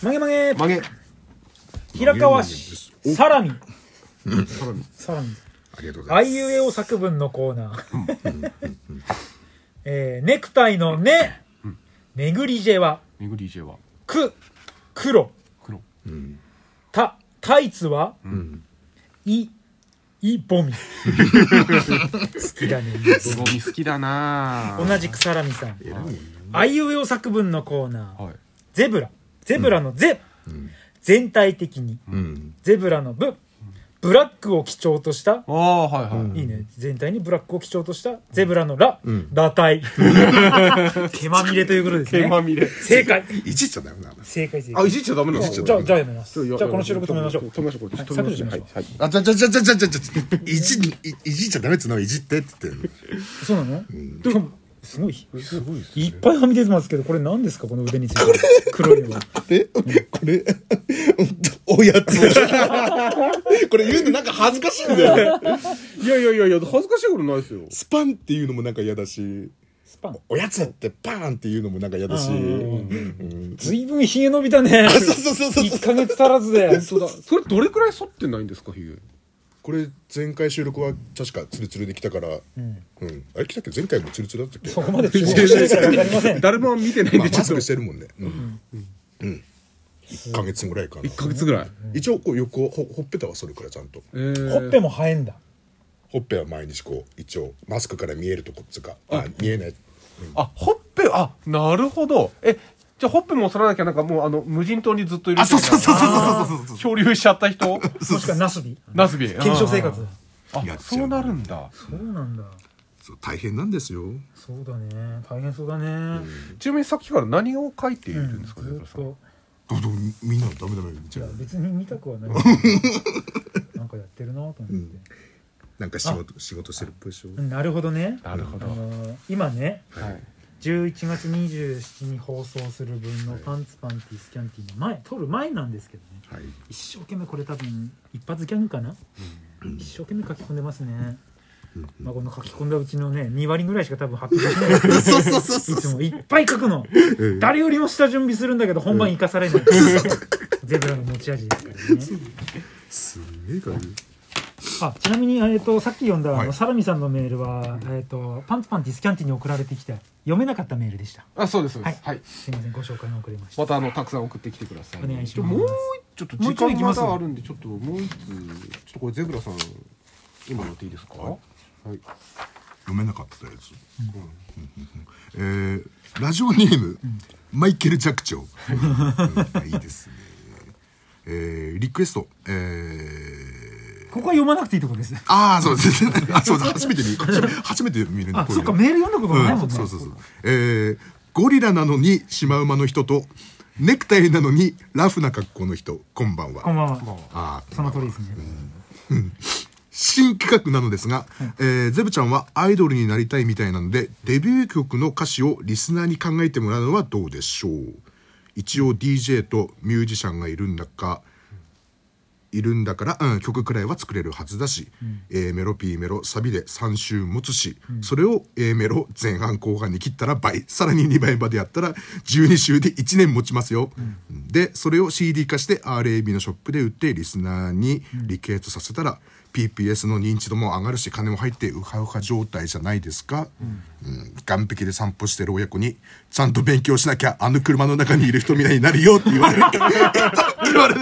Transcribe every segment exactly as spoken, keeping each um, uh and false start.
曲げ曲げ曲げ平川市サラミサラミサラミありがとうございます。 あいうえお作文のコーナー、えー、ネクタイのね、ネグリジェはネグリジェはく黒黒、 うん、 たタイツは、 うん、 いいボミ好きだねイボミ好きだな。 同じくサラミさん、あいうえお作文のコーナー、はい、ゼブラゼブラのゼ、うん、全体的に、うん、ゼブラのブブラックを基調としたあ、はいはい、 いいね、全体にブラックを基調としたゼブラのラ、うん、裸体毛まみれということですね。 毛まみれ正解。 いじっちゃダメなの。 正解正解。 あ、いじっちゃダメなの。 じゃあじゃあやめます。じゃあこの収録止めましょう。 止めましょう。 はい、削除しましょう。 はい。あ、じゃじゃじゃじゃじゃじゃじゃいじいじっちゃダメっつうのはいじってって言ってる。 そうなの？うん、でもすごいすごいですね。いっぱいはみ出てますけど、これ何ですかこの腕について黒いのは。 え、これおやつ。これ言うのなんか恥ずかしいんだよ。 いやいやいやいや恥ずかしいことないですよ。 スパンっていうのもなんか嫌だし、スパンおやつってパーンっていうのもなんか嫌だし。 ずいぶんひげ伸びたね。 そうそうそうそう。 いっかげつ足らずで。 そうだ。それどれくらい剃ってないんですかひげ。 これ前回収録は確かツルツルできたから、うんうん、あれ来たっけ前回もツルツルだったっけ。 そこまで注目してるから分かりません。 誰も見てないんでちょっとマスクしてるもんね。うんうんうん、いっかげつぐらいかな。 いっかげつぐらい。 一応こう横 ほ, ほっぺたはそれくらいちゃんと、 えー、ほっぺも生えんだ。 ほっぺは毎日こう一応マスクから見えるとこっつうか、あ見えない、うん、 あほっぺ、あなるほど。えじゃあほっぺも剃らなきゃなんかもうあの無人島にずっといる。 あそうそうそうそうそうそう漂流しちゃった人。もしくはナスビナスビ検証生活。 あそうなるんだ。 そうなんだ。 そう大変なんですよ。 そうだね大変そうだね、うん、 ちなみにさっきから何を書いているんですかね、うん、ずっとどうどうみんなダメダメじゃあ別に見たくはないなんかやってるなと思って、うん、 なんか仕事仕事してるっぽいでしょ。 なるほどね。 なるほど。 あのー、今ね、はい、じゅういちがつにじゅうしちにちに放送する分のパンツパンティスキャンティの前撮る前なんですけどね、はい、一生懸命これ多分一発ギャグかな、うん、一生懸命書き込んでますね、うんまあ、この書き込んだうちのねにわりぐらいしか多分発表できないそうそうそうそういつもいっぱい書くの、うん、誰よりも下準備するんだけど本番生かされない、うん、ゼブラの持ち味ですからね。 すげえかね。 あちなみに、えー、とさっき読んだ、はい、あのサラミさんのメールは、えー、とパンツパンティスキャンティに送られてきて読めなかったメールでした。 あそうですそうです、 はいはい、すいませんご紹介が遅れました。 またあのたくさん送ってきてください。 お願いします。 もうちょっと時間まだあるんでちょっともう一つちょっとこれゼブラさん今やっていいですか。はい、はい、 読めなかったやつ、うんうんえー、ラジオネーム、うん、マイケル寂聴、うん、いいですね、えー、リクエスト、えー、 ここは読まなくていいところです。 ああそうですあそうです初めて見初めて見るんで。 あそっかメール読んだことないもんね、うん、 そうそうそう、えー、ゴリラなのにシマウマの人とネクタイなのにラフな格好の人、こんばんは。 こんばんは。あその通りですね、 うんうん新企画なのですが、うんえー、ゼブちゃんはアイドルになりたいみたいなのでデビュー曲の歌詞をリスナーに考えてもらうのはどうでしょう。一応 ディージェー とミュージシャンがいるんだかいるんだから、うん、曲くらいは作れるはずだし、うん、A メロ B メロサビでさん週持つし、うん、それを A メロ前半後半に切ったら倍、さらににばいまでやったらじゅうに週でいちねん持ちますよ、うん、でそれを シーディー 化して アールエービー のショップで売ってリスナーにリクエストさせたら、うんピーピーエス の認知度も上がるし金も入ってウハウハ状態じゃないですか、うんうん、岸壁で散歩してる親子にちゃんと勉強しなきゃあの車の中にいる人みたいになるよって言われる言われる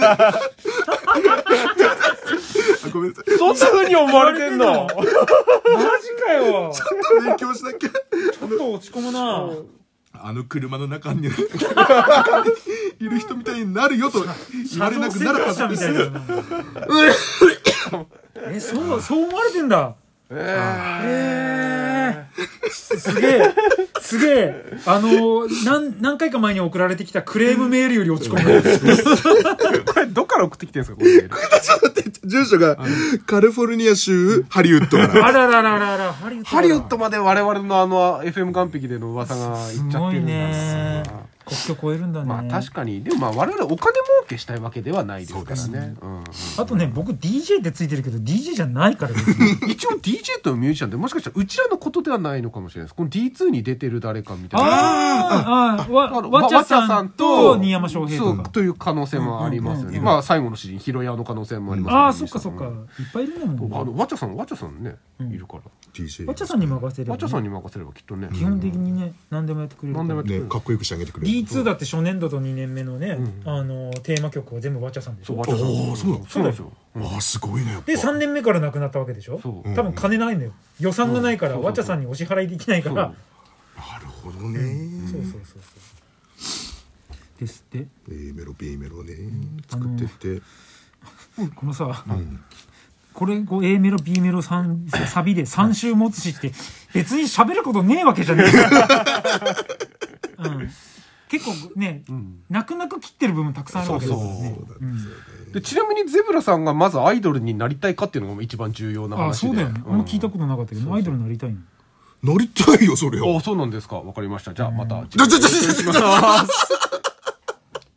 ごめんなさい。 そんな風に思われてんのマジかよ。 ちゃんと勉強しなきゃちょっと落ち込むなあの車の中にいる人みたいになるよと言われなくなるはずですえ、そう、そう思われてんだ。えー、えー、すげえ、すげえ、あのー、何、何回か前に送られてきたクレームメールより落ち込む。 これ、どっから送ってきてるんですかこれ。 ちょっと待って、住所が、カリフォルニア州、ハリウッドから。 あららららら、 ハリウッド。ハリウッドまで我々のあの、エフエム 岸壁での噂がいっちゃってるんだ。すごいね。 国境超えるんだね。 まあ確かにでもまあ我々お金儲けしたいわけではないですからね。うん、 あとね僕 ディージェー ってついてるけど ディージェー じゃないからですね一応 ディージェー とミュージシャンってもしかしたらうちらのことではないのかもしれないです。この ディーツー に出てる誰かみたいな。 ああわわちゃさんと新山翔平とかという可能性もありますよね。 うんうんうん、 まあ最後の詩人ヒロヤの可能性もあります、 ね、ああそっかそっか、いっぱいいるねもんね。 あのわちゃさんわちゃさんね、うん、いるから。 わちゃさんに任せれば、ね、 わちゃさんに任せればきっとね。 基本的にね何でもやってくれるから。 何でもやってくれる。ね、かっこよくしてあげてくれる。 ディーツー だって初年度とにねんめのね、うん、あのテーマ曲は全部わちゃさんでしょ。 そうわちゃさん。 ああそうなんそうですよ。 ああすごいね。 でさんねんめからなくなったわけでしょ。多分金ないのよ。予算がないからわちゃさんにお支払いできないから。なるほどね。 そうそうそうそうですって。 A メロ B メロね作ってってこのさ、うん、これこう A メロ B メロサビでさん週持つしって別に喋ることねえわけじゃねえうん、結構ね、うん、泣く泣く切ってる部分たくさんあるわけですからね。 でちなみにゼブラさんがまずアイドルになりたいかっていうのが一番重要な話で。 あそうだよね、うん、あんま聞いたことなかったけど、うん、アイドルになりたいの。 なりたいよそれは。 あそうなんですか。わかりました。じゃあまた、うん、 じゃじゃじゃじゃ